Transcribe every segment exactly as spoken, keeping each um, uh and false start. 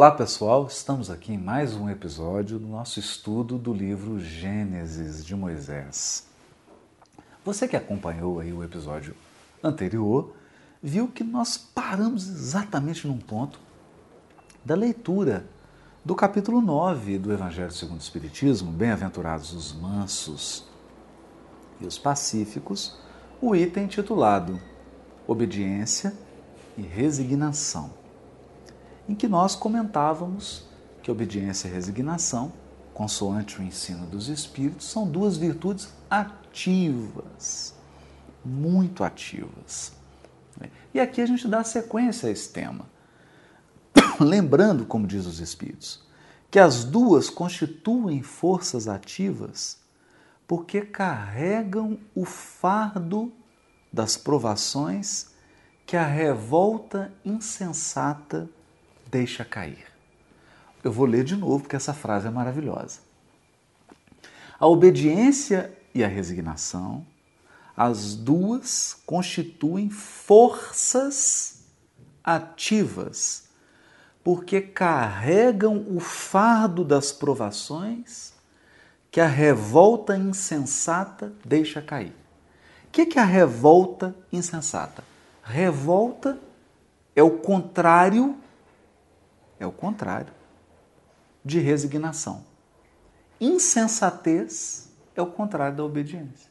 Olá pessoal, estamos aqui em mais um episódio do nosso estudo do livro Gênesis de Moisés. Você que acompanhou aí o episódio anterior, viu que nós paramos exatamente num ponto da leitura do capítulo nove do Evangelho segundo o Espiritismo, Bem-aventurados os mansos e os pacíficos, o item intitulado Obediência e Resignação, em que nós comentávamos que obediência e resignação, consoante o ensino dos Espíritos, são duas virtudes ativas, muito ativas. E aqui a gente dá sequência a esse tema, lembrando, como diz os Espíritos, que as duas constituem forças ativas porque carregam o fardo das provações que a revolta insensata deixa cair. Eu vou ler de novo porque essa frase é maravilhosa. A obediência e a resignação, as duas constituem forças ativas, porque carregam o fardo das provações que a revolta insensata deixa cair. O que é a revolta insensata? Revolta é o contrário É o contrário de resignação. Insensatez é o contrário da obediência.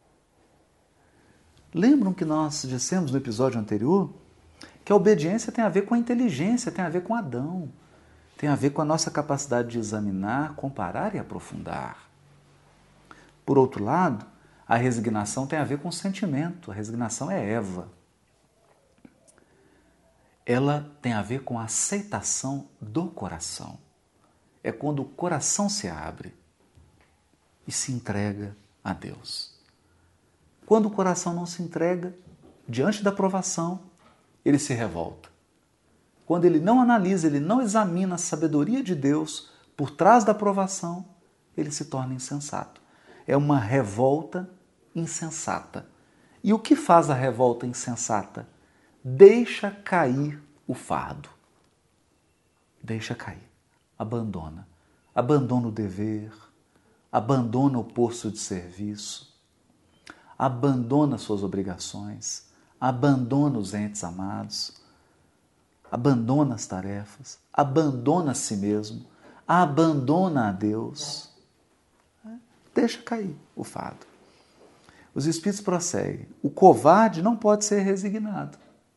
Lembram que nós dissemos no episódio anterior que a obediência tem a ver com a inteligência, tem a ver com Adão, tem a ver com a nossa capacidade de examinar, comparar e aprofundar. Por outro lado, a resignação tem a ver com o sentimento. A resignação é Eva. Ela tem a ver com a aceitação do coração. É quando o coração se abre e se entrega a Deus. Quando o coração não se entrega, diante da provação, ele se revolta. Quando ele não analisa, ele não examina a sabedoria de Deus por trás da provação, ele se torna insensato. É uma revolta insensata. E o que faz a revolta insensata? Deixa cair o fardo. Deixa cair. Abandona. Abandona o dever. Abandona o posto de serviço. Abandona suas obrigações. Abandona os entes amados. Abandona as tarefas. Abandona a si mesmo. Abandona a Deus. Deixa cair o fardo. Os Espíritos prosseguem. O covarde não pode ser resignado.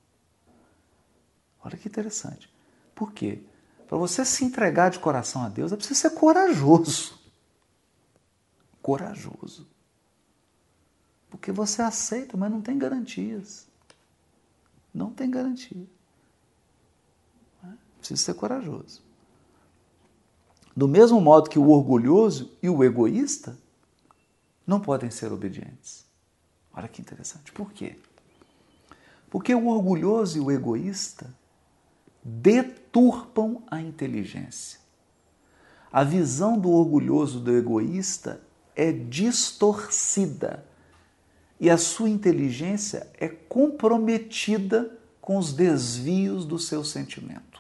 Olha que interessante. Por quê? Para você se entregar de coração a Deus, é preciso ser corajoso. Corajoso. Porque você aceita, mas não tem garantias. Não tem garantia. Precisa ser corajoso. Do mesmo modo que o orgulhoso e o egoísta não podem ser obedientes. Olha que interessante. Por quê? Porque o orgulhoso e o egoísta deturpam a inteligência. A visão do orgulhoso e do egoísta é distorcida e a sua inteligência é comprometida com os desvios do seu sentimento.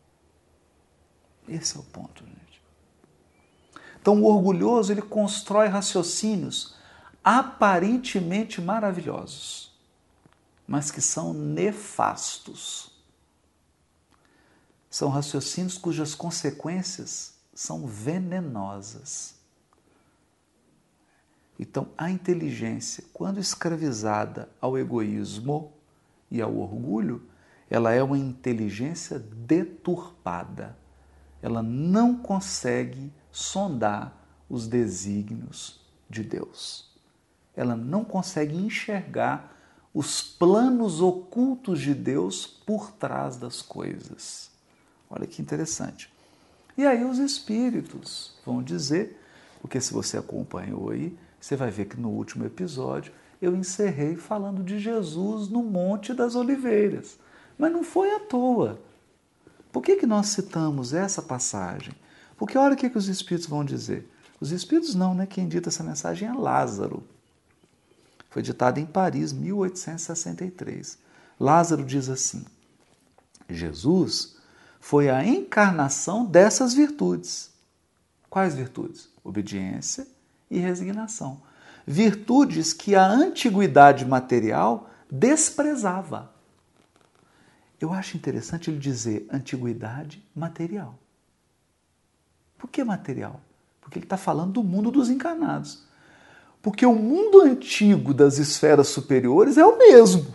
Esse é o ponto, gente. Então, o orgulhoso, ele constrói raciocínios aparentemente maravilhosos, mas que são nefastos. São raciocínios cujas consequências são venenosas. Então, a inteligência, quando escravizada ao egoísmo e ao orgulho, ela é uma inteligência deturpada. Ela não consegue sondar os desígnios de Deus. Ela não consegue enxergar os planos ocultos de Deus por trás das coisas. Olha que interessante. E aí os Espíritos vão dizer, porque se você acompanhou aí, você vai ver que no último episódio eu encerrei falando de Jesus no Monte das Oliveiras. Mas não foi à toa. Por que que nós citamos essa passagem? Porque olha o que que os Espíritos vão dizer. Os Espíritos não, né? Quem dita essa mensagem é Lázaro. Foi ditado em Paris, mil oitocentos e sessenta e três. Lázaro diz assim: Jesus foi a encarnação dessas virtudes. Quais virtudes? Obediência e resignação. Virtudes que a antiguidade material desprezava. Eu acho interessante ele dizer antiguidade material. Por que material? Porque ele está falando do mundo dos encarnados. Porque o mundo antigo das esferas superiores é o mesmo.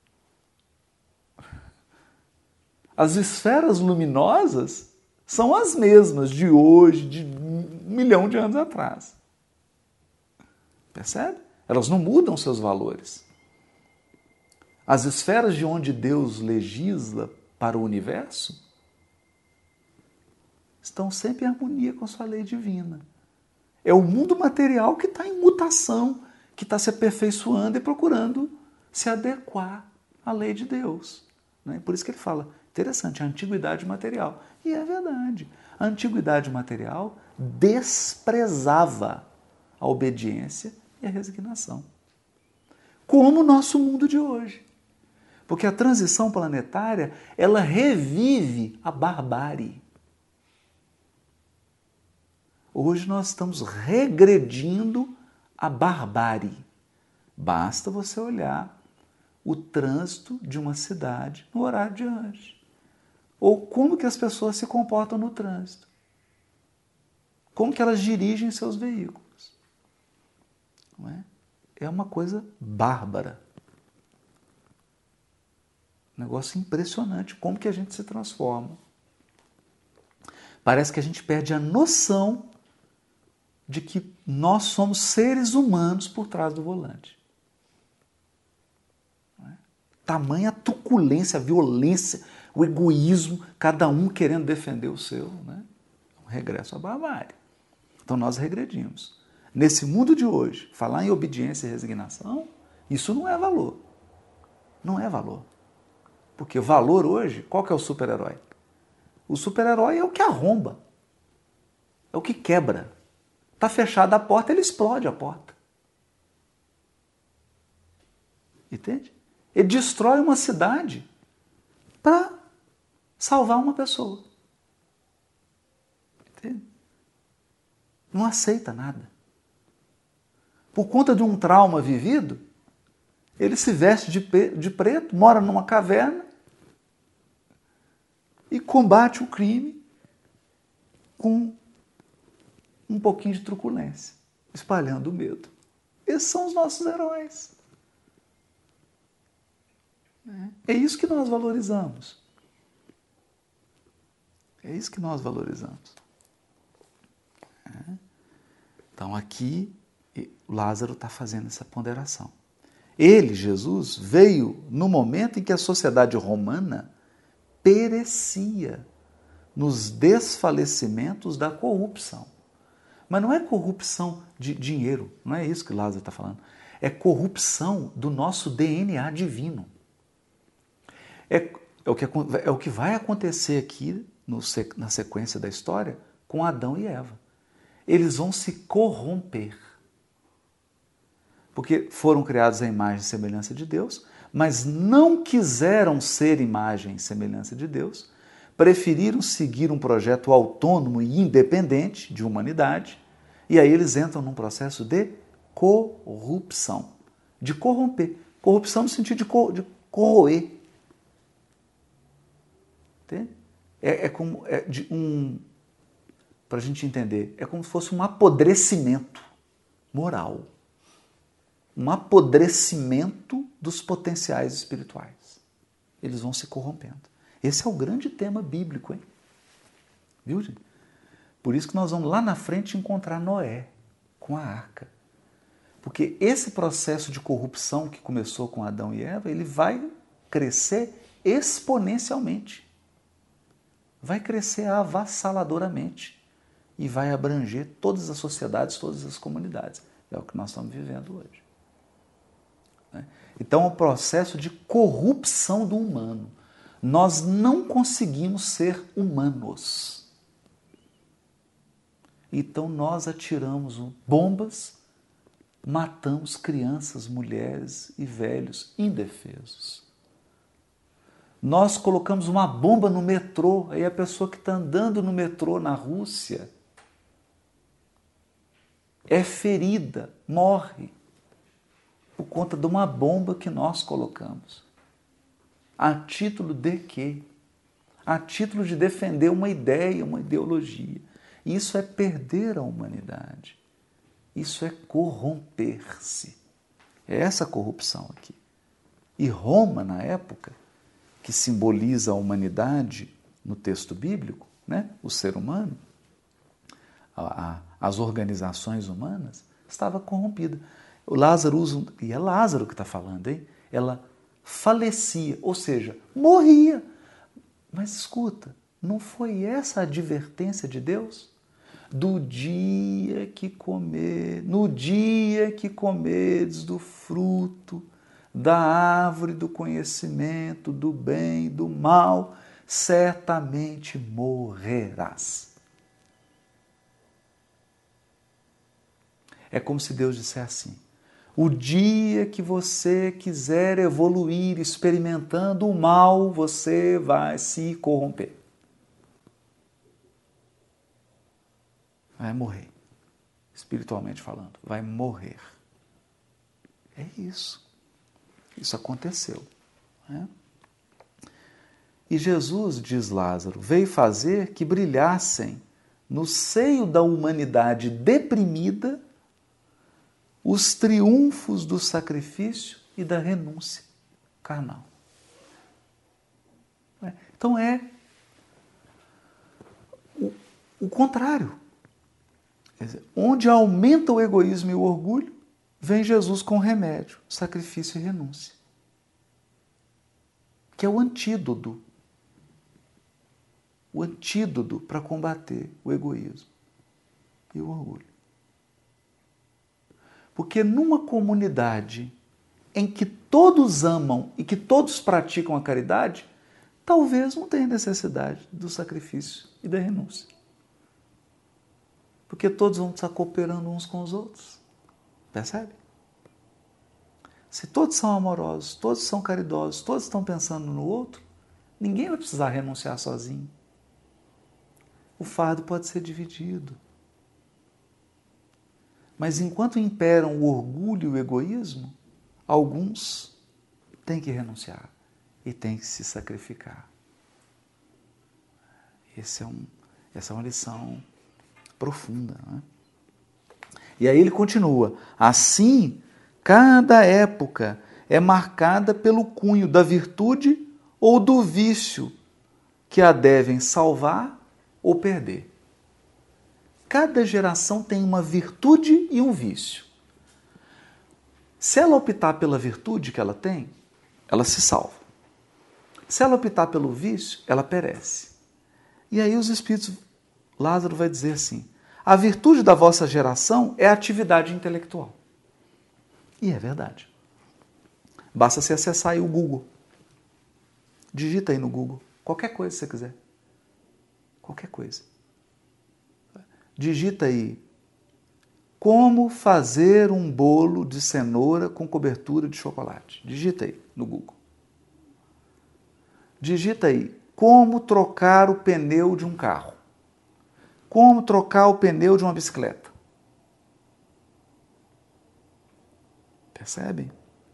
As esferas luminosas são as mesmas de hoje, de um milhão de anos atrás. Percebe? Elas não mudam seus valores. As esferas de onde Deus legisla para o universo estão sempre em harmonia com sua lei divina. É o mundo material que está em mutação, que está se aperfeiçoando e procurando se adequar à lei de Deus. Né? Por isso que ele fala, interessante, a antiguidade material. E é verdade. A antiguidade material desprezava a obediência e a resignação. Como o nosso mundo de hoje. Porque a transição planetária, ela revive a barbárie. Hoje nós estamos regredindo a barbárie. Basta você olhar o trânsito de uma cidade no horário de hoje. Ou como que as pessoas se comportam no trânsito. Como que elas dirigem seus veículos. Não é? É uma coisa bárbara. Um negócio impressionante, como que a gente se transforma. Parece que a gente perde a noção de que nós somos seres humanos por trás do volante. Não é? Tamanha truculência, a violência, o egoísmo, cada um querendo defender o seu. Né? Um regresso à barbárie. Então nós regredimos. Nesse mundo de hoje, falar em obediência e resignação, isso não é valor. Não é valor. Porque valor hoje, qual que é o super-herói? O super-herói é o que arromba. É o que quebra. Está fechada a porta, ele explode a porta. Entende? Ele destrói uma cidade para salvar uma pessoa. Entende? Não aceita nada. Por conta de um trauma vivido, ele se veste de, de preto, mora numa caverna e combate o crime com um pouquinho de truculência, espalhando o medo. Esses são os nossos heróis. É isso que nós valorizamos. É isso que nós valorizamos. Então aqui Lázaro está fazendo essa ponderação. Ele, Jesus, veio no momento em que a sociedade romana perecia nos desfalecimentos da corrupção. Mas não é corrupção de dinheiro, não é isso que Lázaro está falando. É corrupção do nosso D N A divino. É, é, o, que, é o que vai acontecer aqui no, na sequência da história com Adão e Eva. Eles vão se corromper. Porque foram criados à imagem e semelhança de Deus, mas não quiseram ser imagem e semelhança de Deus, preferiram seguir um projeto autônomo e independente de humanidade, e aí eles entram num processo de corrupção, de corromper. Corrupção no sentido de, cor, de corroer. Entende? É, é como é de um, para a gente entender, é como se fosse um apodrecimento moral. Um apodrecimento dos potenciais espirituais. Eles vão se corrompendo. Esse é o grande tema bíblico, hein? Viu, gente? Por isso que nós vamos lá na frente encontrar Noé com a arca. Porque esse processo de corrupção que começou com Adão e Eva, ele vai crescer exponencialmente. Vai crescer avassaladoramente. E vai abranger todas as sociedades, todas as comunidades. É o que nós estamos vivendo hoje. Então é um processo de corrupção do humano. Nós não conseguimos ser humanos. Então nós atiramos bombas, matamos crianças, mulheres e velhos indefesos. Nós colocamos uma bomba no metrô, aí a pessoa que está andando no metrô na Rússia é ferida, morre, por conta de uma bomba que nós colocamos. A título de quê? A título de defender uma ideia, uma ideologia. Isso é perder a humanidade. Isso é corromper-se. É essa corrupção aqui. E Roma, na época, que simboliza a humanidade no texto bíblico, né? O ser humano, a, a, as organizações humanas, estava corrompida. O Lázaro usa, e é Lázaro que está falando, hein? Ela falecia, ou seja, morria. Mas escuta, não foi essa a advertência de Deus? Do dia que comer, no dia que comeres do fruto da árvore do conhecimento do bem e do mal, certamente morrerás. É como se Deus dissesse assim: o dia que você quiser evoluir experimentando o mal, você vai se corromper. Vai morrer. Espiritualmente falando, vai morrer. É isso. Isso aconteceu. Né? E Jesus, diz Lázaro, veio fazer que brilhassem no seio da humanidade deprimida os triunfos do sacrifício e da renúncia carnal. Então é o, o contrário. Quer dizer, onde aumenta o egoísmo e o orgulho, vem Jesus com remédio, sacrifício e renúncia. Que é o antídoto. O antídoto para combater o egoísmo e o orgulho. Porque numa comunidade em que todos amam e que todos praticam a caridade, talvez não tenha necessidade do sacrifício e da renúncia. Porque todos vão estar cooperando uns com os outros. Percebe? Se todos são amorosos, todos são caridosos, todos estão pensando no outro, ninguém vai precisar renunciar sozinho. O fardo pode ser dividido. Mas enquanto imperam o orgulho e o egoísmo, alguns têm que renunciar e têm que se sacrificar. Esse é um, essa é uma lição profunda. Né? E aí ele continua. Assim, cada época é marcada pelo cunho da virtude ou do vício que a devem salvar ou perder. Cada geração tem uma virtude e um vício. Se ela optar pela virtude que ela tem, ela se salva. Se ela optar pelo vício, ela perece. E aí os espíritos, Lázaro vai dizer assim, a virtude da vossa geração é a atividade intelectual. E é verdade. Basta você acessar aí o Google. Digita aí no Google, qualquer coisa que você quiser. Qualquer coisa. Digita aí, como fazer um bolo de cenoura com cobertura de chocolate. Digita aí no Google. Digita aí, como trocar o pneu de um carro. Como trocar o pneu de uma bicicleta. Percebem?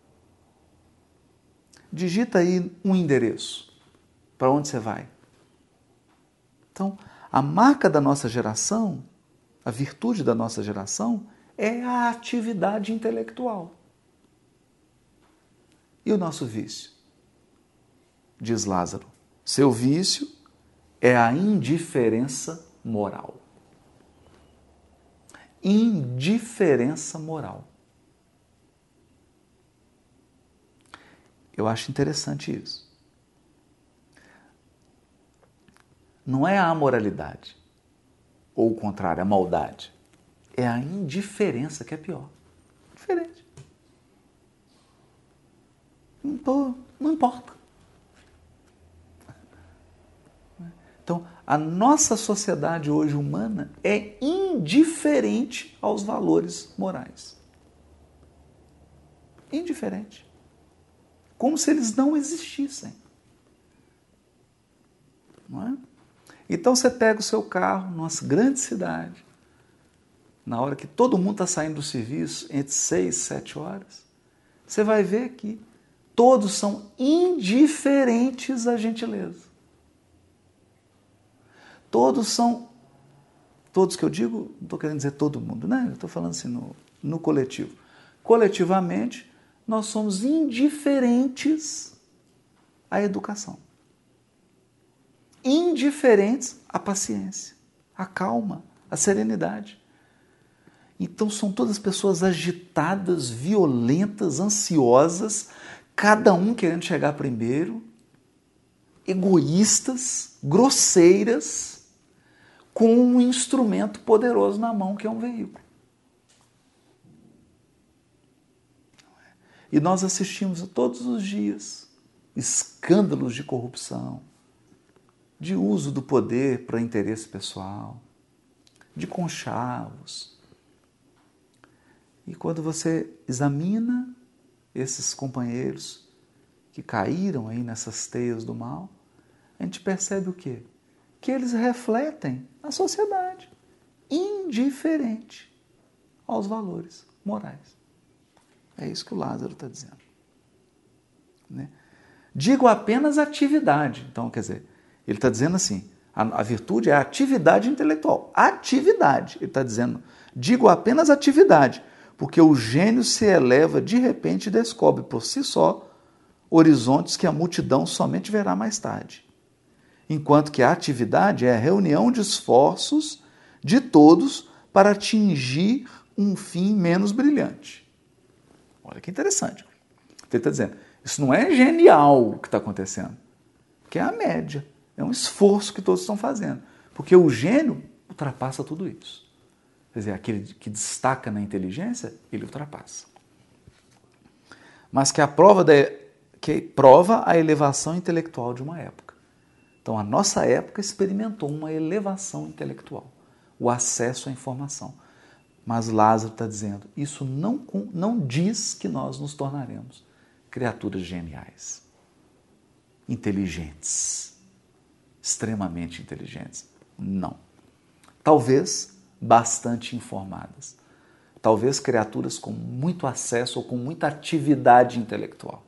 Digita aí um endereço. Para onde você vai? Então, a marca da nossa geração, a virtude da nossa geração, é a atividade intelectual. E o nosso vício? Diz Lázaro, seu vício é a indiferença moral. Indiferença moral. Eu acho interessante isso. Não é a amoralidade, ou o contrário, a maldade. É a indiferença que é pior. Diferente. Não, tô, não importa. Então, a nossa sociedade hoje humana é indiferente aos valores morais. Indiferente. Como se eles não existissem. Não é? Então você pega o seu carro numa grande cidade, na hora que todo mundo está saindo do serviço, entre seis e sete horas, você vai ver que todos são indiferentes à gentileza. Todos são, todos que eu digo, não estou querendo dizer todo mundo, né? Eu estou falando assim no, no coletivo. Coletivamente, nós somos indiferentes à educação. Indiferentes à paciência, à calma, à serenidade. Então são todas pessoas agitadas, violentas, ansiosas, cada um querendo chegar primeiro, egoístas, grosseiras, com um instrumento poderoso na mão que é um veículo. E nós assistimos todos os dias escândalos de corrupção, de uso do poder para interesse pessoal, de conchavos. E quando você examina esses companheiros que caíram aí nessas teias do mal, a gente percebe o quê? Que eles refletem a sociedade indiferente aos valores morais. É isso que o Lázaro está dizendo. Né? Digo apenas atividade. Então, quer dizer, ele está dizendo assim, a, a virtude é a atividade intelectual. Atividade. Ele está dizendo, digo apenas atividade, porque o gênio se eleva de repente e descobre por si só horizontes que a multidão somente verá mais tarde. Enquanto que a atividade é a reunião de esforços de todos para atingir um fim menos brilhante. Olha que interessante. Ele está dizendo, isso não é genial o que está acontecendo, que é a média, é um esforço que todos estão fazendo, porque o gênio ultrapassa tudo isso. Quer dizer, aquele que destaca na inteligência, ele ultrapassa. Mas que a prova da, que prova a elevação intelectual de uma época. Então, a nossa época experimentou uma elevação intelectual, o acesso à informação. Mas Lázaro está dizendo, isso não, não diz que nós nos tornaremos criaturas geniais, inteligentes, extremamente inteligentes. Não. Talvez bastante informadas. Talvez criaturas com muito acesso ou com muita atividade intelectual.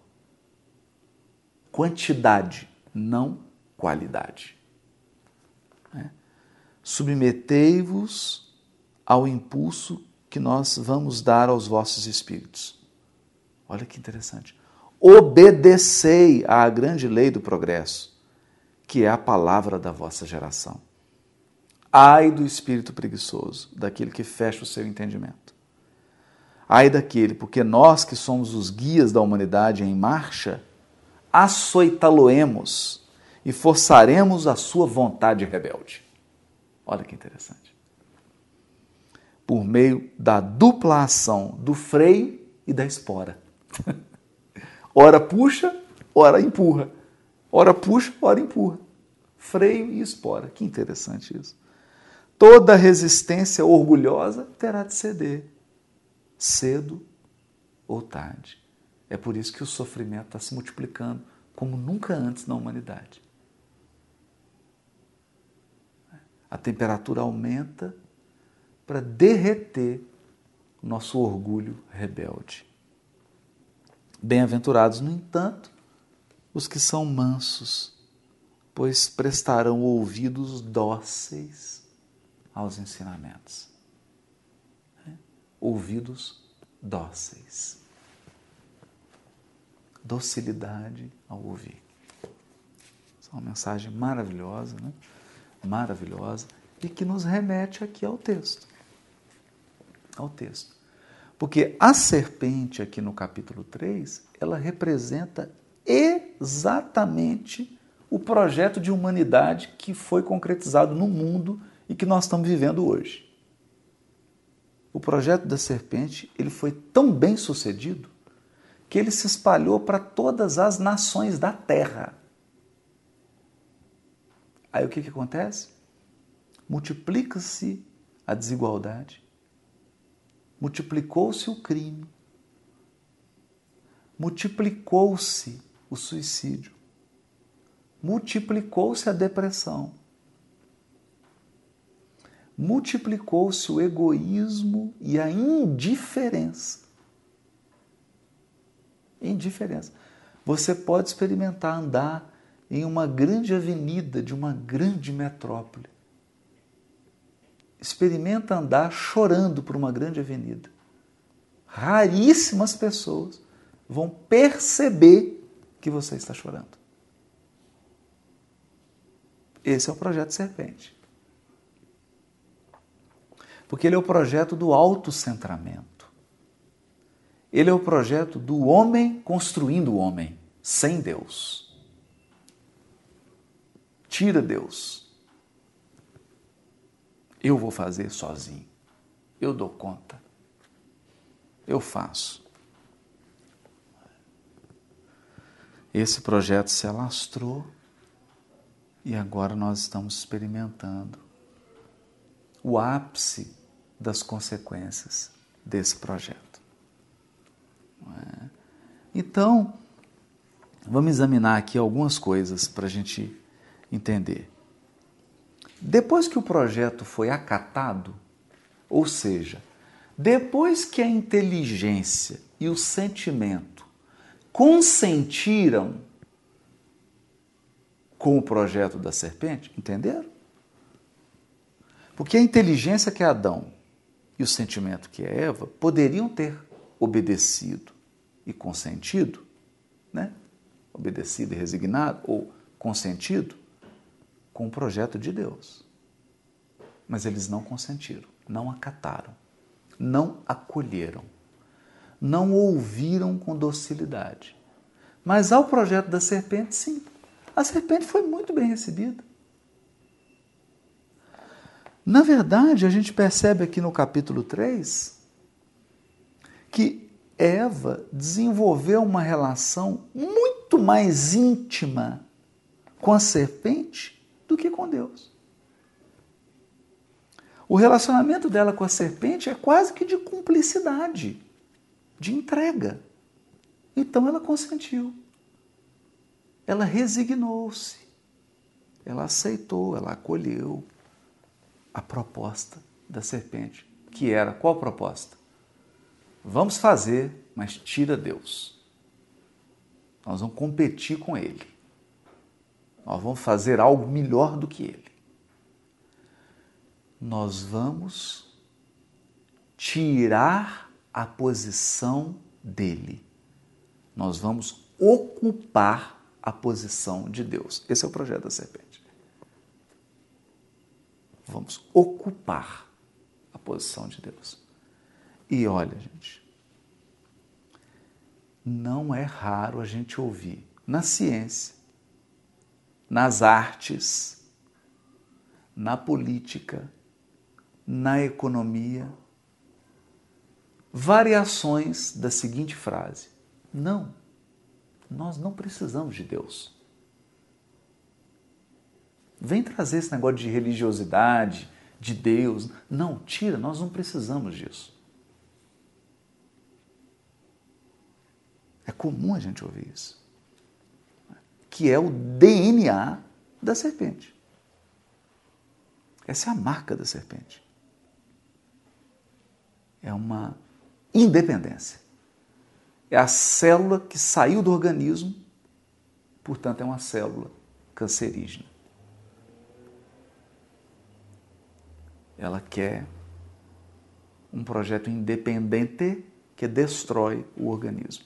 Quantidade, não qualidade. É. Submetei-vos ao impulso que nós vamos dar aos vossos espíritos. Olha que interessante. Obedecei à grande lei do progresso, que é a palavra da vossa geração. Ai do espírito preguiçoso, daquele que fecha o seu entendimento. Ai daquele, porque nós que somos os guias da humanidade em marcha, açoitá-lo-emos e forçaremos a sua vontade rebelde. Olha que interessante. Por meio da dupla ação do freio e da espora. Ora puxa, ora empurra. Ora puxa, ora empurra. Freio e espora. Que interessante isso. Toda resistência orgulhosa terá de ceder, cedo ou tarde. É por isso que o sofrimento está se multiplicando como nunca antes na humanidade. A temperatura aumenta para derreter o nosso orgulho rebelde. Bem-aventurados, no entanto, os que são mansos, pois prestarão ouvidos dóceis aos ensinamentos. Ouvidos dóceis. Docilidade ao ouvir. Essa é uma mensagem maravilhosa, né? Maravilhosa, e que nos remete aqui ao texto. Ao texto. Porque a serpente, aqui no capítulo três, ela representa exatamente o projeto de humanidade que foi concretizado no mundo e que nós estamos vivendo hoje. O projeto da serpente, ele foi tão bem sucedido que ele se espalhou para todas as nações da Terra. Aí o que, que acontece? Multiplica-se a desigualdade, multiplicou-se o crime, multiplicou-se o suicídio, multiplicou-se a depressão, multiplicou-se o egoísmo e a indiferença. Indiferença. Você pode experimentar andar em uma grande avenida de uma grande metrópole. Experimenta andar chorando por uma grande avenida. Raríssimas pessoas vão perceber que você está chorando. Esse é o projeto Serpente. Porque ele é o projeto do autocentramento. Ele é o projeto do homem construindo o homem, sem Deus. Tira Deus. Eu vou fazer sozinho. Eu dou conta. Eu faço. Esse projeto se alastrou e agora nós estamos experimentando o ápice das consequências desse projeto. Não é? Então, vamos examinar aqui algumas coisas para a gente entender. Depois que o projeto foi acatado, ou seja, depois que a inteligência e o sentimento consentiram com o projeto da serpente, entenderam? Porque a inteligência que é Adão e o sentimento que é Eva poderiam ter obedecido e consentido, né? Obedecido e resignado, ou consentido com o projeto de Deus. Mas eles não consentiram, não acataram, não acolheram, não ouviram com docilidade. Mas ao projeto da serpente, sim. A serpente foi muito bem recebida. Na verdade, a gente percebe aqui no capítulo três que Eva desenvolveu uma relação muito mais íntima com a serpente do que com Deus. O relacionamento dela com a serpente é quase que de cumplicidade, de entrega. Então ela consentiu. Ela resignou-se. Ela aceitou, ela acolheu a proposta da serpente, que era qual proposta? Vamos fazer, mas tira Deus. Nós vamos competir com Ele. Nós vamos fazer algo melhor do que Ele. Nós vamos tirar a posição dele. Nós vamos ocupar a posição de Deus. Esse é o projeto da serpente. Vamos ocupar a posição de Deus. E olha, gente, não é raro a gente ouvir na ciência, nas artes, na política, na economia, variações da seguinte frase: não, nós não precisamos de Deus. Vem trazer esse negócio de religiosidade, de Deus. Não, tira, nós não precisamos disso. É comum a gente ouvir isso. Que é o D N A da serpente. Essa é a marca da serpente. É uma independência. É a célula que saiu do organismo, portanto é uma célula cancerígena. Ela quer um projeto independente que destrói o organismo.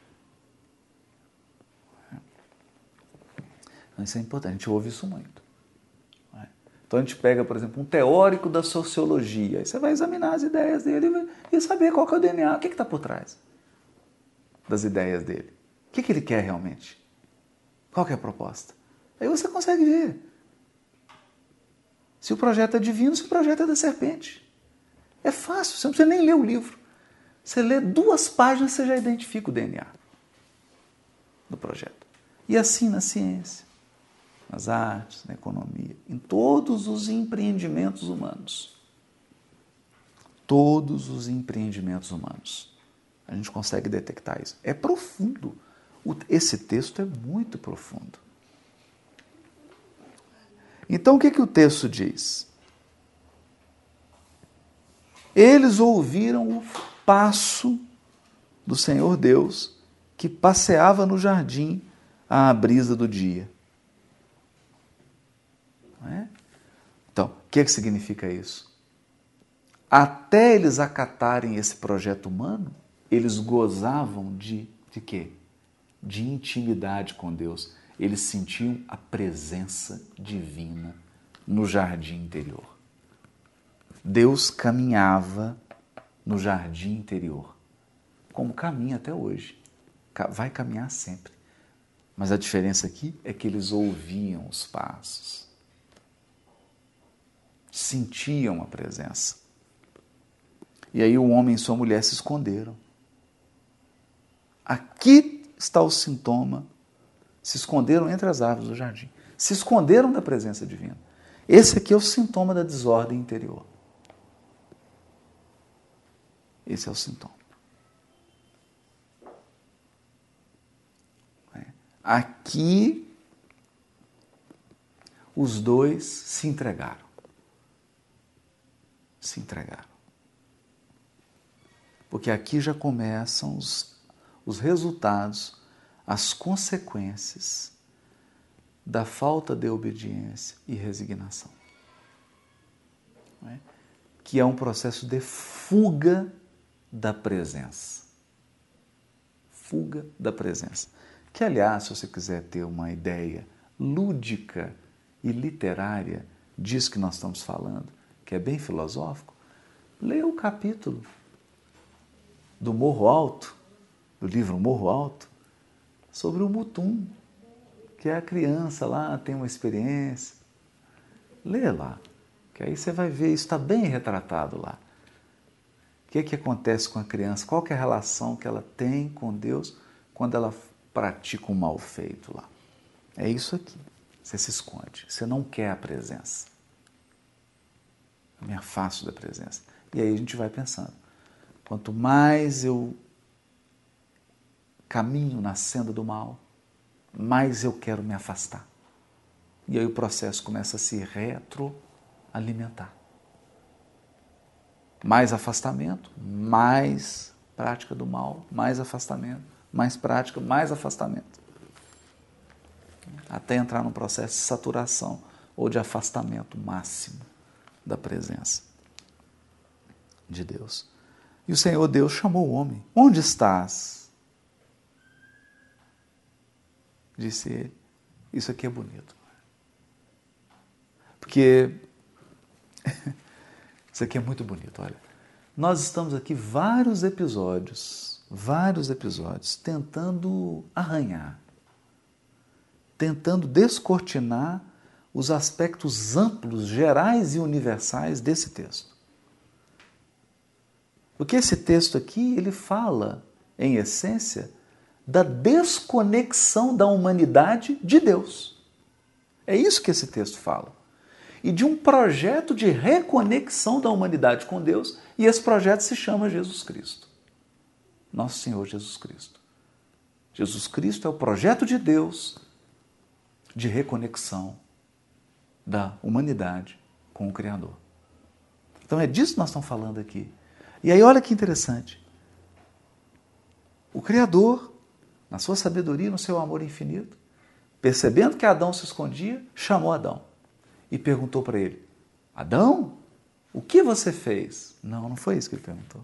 Então, isso é importante, a gente ouve isso muito. Então a gente pega, por exemplo, um teórico da sociologia, aí você vai examinar as ideias dele e saber qual que é o D N A, o que está por trás das ideias dele. O que, que ele quer realmente? Qual que é a proposta? Aí você consegue ver se o projeto é divino, se o projeto é da serpente. É fácil, você não precisa nem ler o livro. Você lê duas páginas, você já identifica o D N A do projeto. E assim na ciência, nas artes, na economia, em todos os empreendimentos humanos. Todos os empreendimentos humanos. A gente consegue detectar isso. É profundo. Esse texto é muito profundo. Então o que, que o texto diz? Eles ouviram o passo do Senhor Deus que passeava no jardim à brisa do dia. Não é? Então, o que, que significa isso? Até eles acatarem esse projeto humano, eles gozavam de, de quê? De intimidade com Deus. Eles sentiam a presença divina no jardim interior. Deus caminhava no jardim interior, como caminha até hoje. Vai caminhar sempre. Mas a diferença aqui é que eles ouviam os passos, sentiam a presença. E aí o homem e sua mulher se esconderam. Aqui está o sintoma. Se esconderam entre as árvores do jardim. Se esconderam da presença divina. Esse aqui é o sintoma da desordem interior. Esse é o sintoma. Aqui, os dois se entregaram. Se entregaram. Porque aqui já começam os, os resultados, as consequências da falta de obediência e resignação. Não é? Que é um processo de fuga da presença. Fuga da presença. Que, aliás, se você quiser ter uma ideia lúdica e literária disso que nós estamos falando, que é bem filosófico, leia o capítulo do Morro Alto, do livro Morro Alto, sobre o Mutum, que é a criança lá, tem uma experiência. Lê lá, que aí você vai ver, isso está bem retratado lá. O que é que acontece com a criança? Qual que é a relação que ela tem com Deus quando ela pratica um mal feito lá? É isso aqui. Você se esconde. Você não quer a presença. Eu me afasto da presença. E aí a gente vai pensando. Quanto mais eu caminho na senda do mal, mais eu quero me afastar. E aí o processo começa a se retroalimentar. Mais afastamento, mais prática do mal, mais afastamento, mais prática, mais afastamento. Até entrar num processo de saturação ou de afastamento máximo da presença de Deus. E o Senhor Deus chamou o homem. Onde estás? Disse ele. Isso aqui é bonito. Porque isso aqui é muito bonito, olha. Nós estamos aqui vários episódios, vários episódios, tentando arranhar, tentando descortinar os aspectos amplos, gerais e universais desse texto. Porque esse texto aqui, ele fala, em essência, da desconexão da humanidade de Deus. É isso que esse texto fala. E de um projeto de reconexão da humanidade com Deus, e esse projeto se chama Jesus Cristo. Nosso Senhor Jesus Cristo. Jesus Cristo é o projeto de Deus de reconexão da humanidade com o Criador. Então é disso que nós estamos falando aqui. E aí olha que interessante. O Criador, na sua sabedoria, no seu amor infinito, percebendo que Adão se escondia, chamou Adão. E perguntou para ele, Adão, o que você fez? Não, não foi isso que ele perguntou.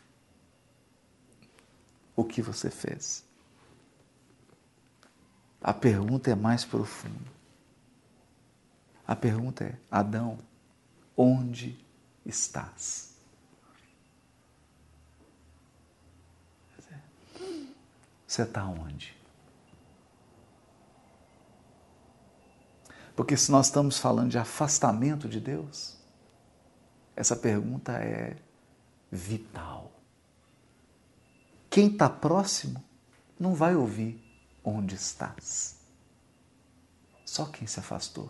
O que você fez? A pergunta é mais profunda. A pergunta é, Adão, onde estás? Você está onde? Porque se nós estamos falando de afastamento de Deus, essa pergunta é vital. Quem está próximo não vai ouvir onde estás. Só quem se afastou.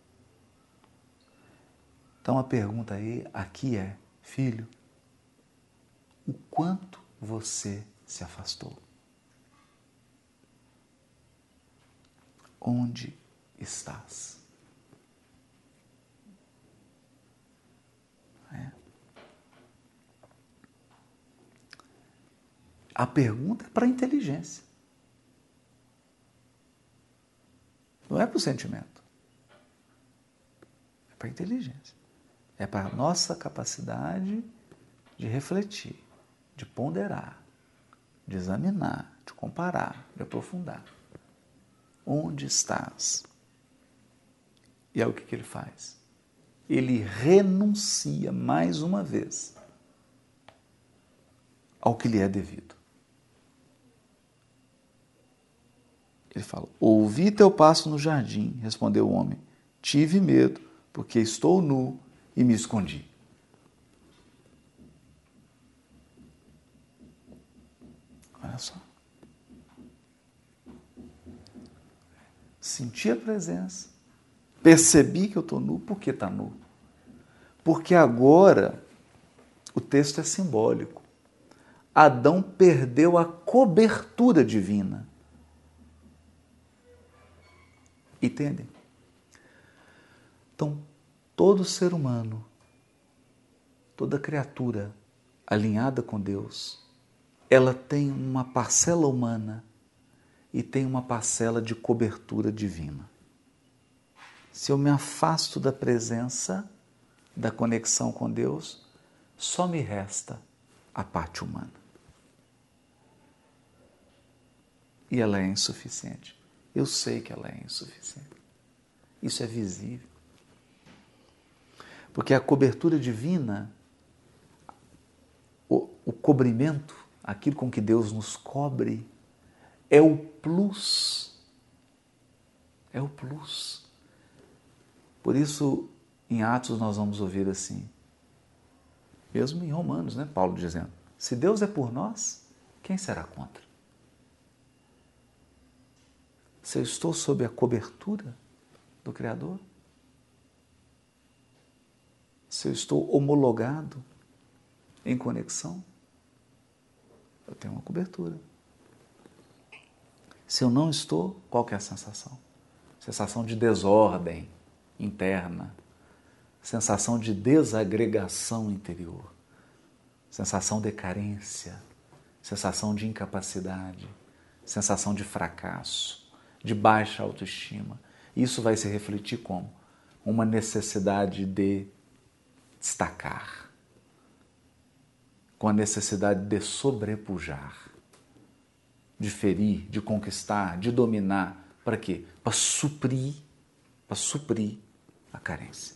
Então a pergunta aí, aqui é, filho, o quanto você se afastou? Onde estás? A pergunta é para a inteligência. Não é para o sentimento. É para a inteligência. É para a nossa capacidade de refletir, de ponderar, de examinar, de comparar, de aprofundar. Onde estás? E é o que, que ele faz? Ele renuncia mais uma vez ao que lhe é devido. Ele fala, ouvi teu passo no jardim, respondeu o homem. Tive medo, porque estou nu e me escondi. Olha só. Senti a presença, percebi que eu estou nu. Por que está nu? Porque agora o texto é simbólico. Adão perdeu a cobertura divina. Entendem? Então, todo ser humano, toda criatura alinhada com Deus, ela tem uma parcela humana e tem uma parcela de cobertura divina. Se eu me afasto da presença, da conexão com Deus, só me resta a parte humana. E ela é insuficiente. Eu sei que ela é insuficiente. Isso é visível. Porque a cobertura divina, o, o cobrimento, aquilo com que Deus nos cobre, é o plus. É o plus. Por isso, em Atos nós vamos ouvir assim, mesmo em Romanos, né? Paulo dizendo, se Deus é por nós, quem será contra? Se eu estou sob a cobertura do Criador, se eu estou homologado em conexão, eu tenho uma cobertura. Se eu não estou, qual que é a sensação? Sensação de desordem interna, sensação de desagregação interior, sensação de carência, sensação de incapacidade, sensação de fracasso, de baixa autoestima. Isso vai se refletir como? Uma necessidade de destacar, com a necessidade de sobrepujar, de ferir, de conquistar, de dominar. Para quê? Para suprir, para suprir a carência.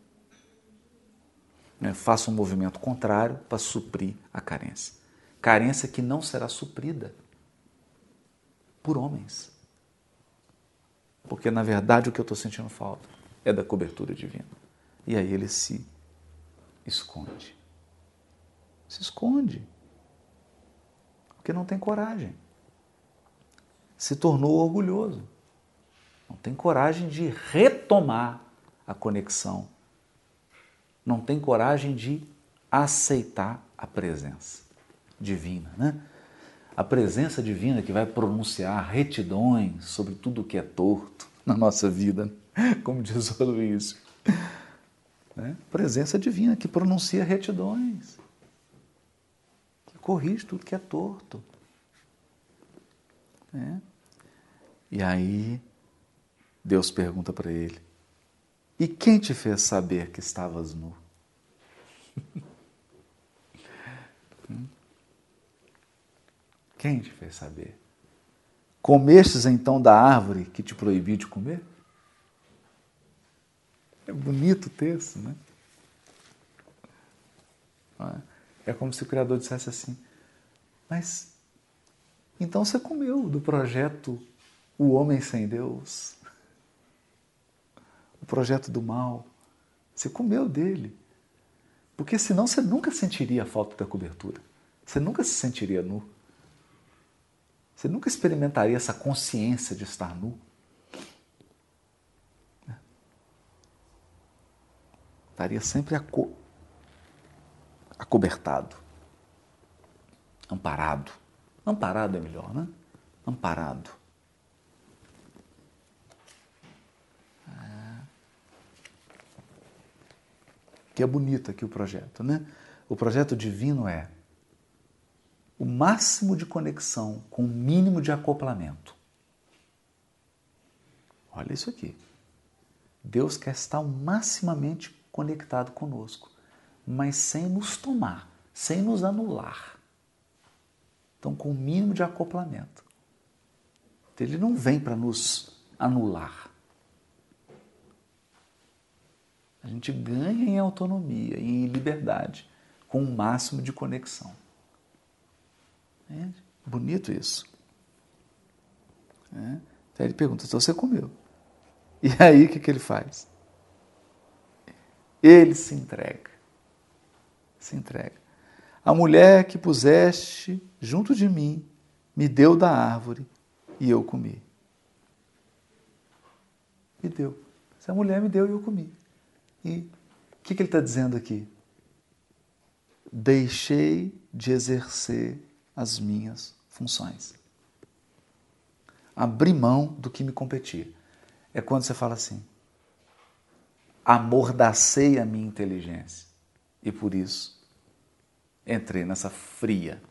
Faça um movimento contrário para suprir a carência. Carência que não será suprida por homens. Porque, na verdade, o que eu estou sentindo falta é da cobertura divina. E aí ele se esconde. Se esconde. Porque não tem coragem. Se tornou orgulhoso. Não tem coragem de retomar a conexão. Não tem coragem de aceitar a presença divina, né? A presença divina que vai pronunciar retidões sobre tudo o que é torto na nossa vida, como diz o Luiz. Né? Presença divina que pronuncia retidões, que corrige tudo que é torto. Né? E aí Deus pergunta para ele, e quem te fez saber que estavas nu? Quem te fez saber? Comestes então da árvore que te proibi de comer? É bonito o texto, né? É como se o Criador dissesse assim, mas então você comeu do projeto O Homem Sem Deus, o projeto do mal, você comeu dele, porque senão você nunca sentiria a falta da cobertura, você nunca se sentiria nu. Você nunca experimentaria essa consciência de estar nu. Estaria sempre aco... acobertado, amparado. Amparado é melhor, né? Amparado. É... Que é bonito aqui o projeto, né? O projeto divino é o máximo de conexão com o mínimo de acoplamento. Olha isso aqui. Deus quer estar maximamente conectado conosco, mas sem nos tomar, sem nos anular. Então, com o mínimo de acoplamento. Ele não vem para nos anular. A gente ganha em autonomia, em liberdade, com o máximo de conexão. É bonito isso. É. Então ele pergunta, então você comeu. E aí o que, que ele faz? Ele se entrega. Se entrega. A mulher que puseste junto de mim me deu da árvore e eu comi. Me deu. Essa mulher me deu e eu comi. E o que, que ele está dizendo aqui? Deixei de exercer as minhas funções. Abri mão do que me competia. É quando você fala assim, amordacei a minha inteligência e por isso entrei nessa fria.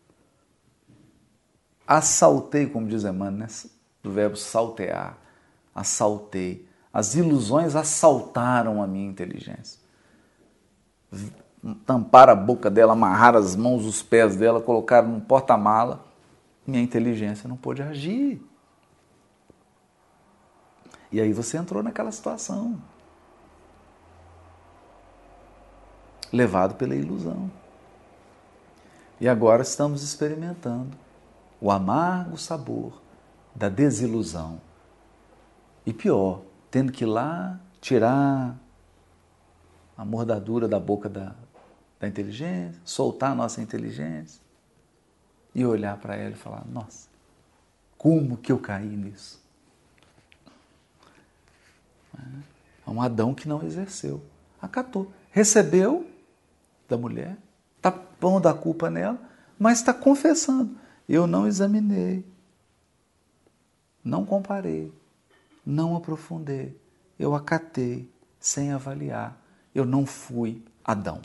Assaltei, como diz Emmanuel, né? Do verbo saltear. Assaltei. As ilusões assaltaram a minha inteligência. Tamparam a boca dela, amarraram as mãos, os pés dela, colocaram num porta-mala. Minha inteligência não pôde agir. E aí você entrou naquela situação. Levado pela ilusão. E agora estamos experimentando o amargo sabor da desilusão. E pior, tendo que ir lá tirar a mordadura da boca da, da inteligência, soltar a nossa inteligência e olhar para ela e falar, nossa, como que eu caí nisso? É um Adão que não exerceu, acatou, recebeu da mulher, está pondo a culpa nela, mas está confessando, eu não examinei, não comparei, não aprofundei, eu acatei sem avaliar, eu não fui Adão.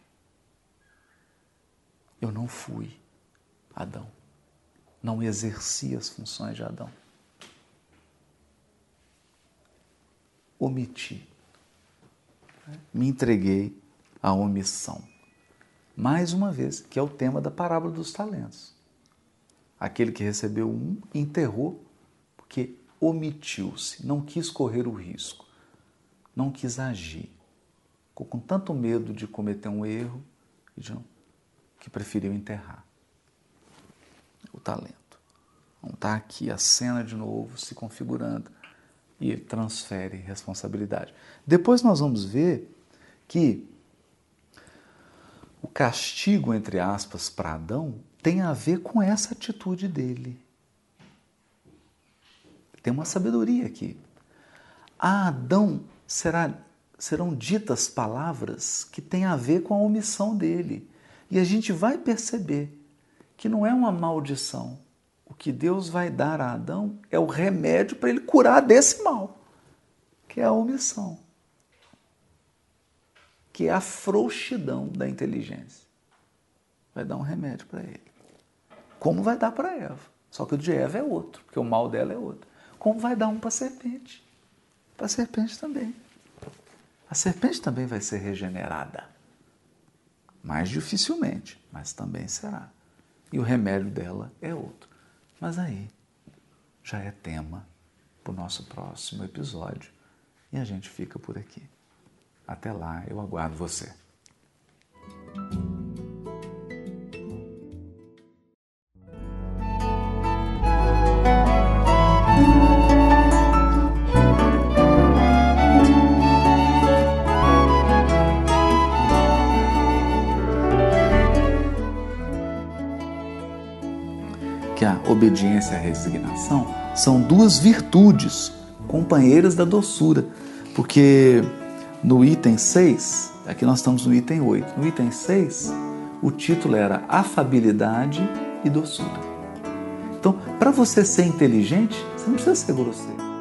Eu não fui Adão. Não exerci as funções de Adão. Omiti. Me entreguei à omissão. Mais uma vez, que é o tema da parábola dos talentos. Aquele que recebeu um, enterrou, porque omitiu-se, não quis correr o risco, não quis agir. Ficou com tanto medo de cometer um erro que preferiu enterrar o talento. Então está aqui a cena de novo se configurando e ele transfere responsabilidade. Depois nós vamos ver que o castigo, entre aspas, para Adão tem a ver com essa atitude dele. Tem uma sabedoria aqui. A Adão será, serão ditas palavras que têm a ver com a omissão dele. E a gente vai perceber que não é uma maldição. O que Deus vai dar a Adão é o remédio para ele curar desse mal, que é a omissão, que é a frouxidão da inteligência. Vai dar um remédio para ele. Como vai dar para Eva. Só que o de Eva é outro, porque o mal dela é outro. Como vai dar um para a serpente? Para a serpente também. A serpente também vai ser regenerada. Mais dificilmente, mas também será. E o remédio dela é outro. Mas aí já é tema para o nosso próximo episódio. E a gente fica por aqui. Até lá, eu aguardo você. Que a obediência e a resignação são duas virtudes companheiras da doçura, porque no item seis, aqui nós estamos no item oito, no item seis, o título era afabilidade e doçura. Então, para você ser inteligente, você não precisa ser grosseiro.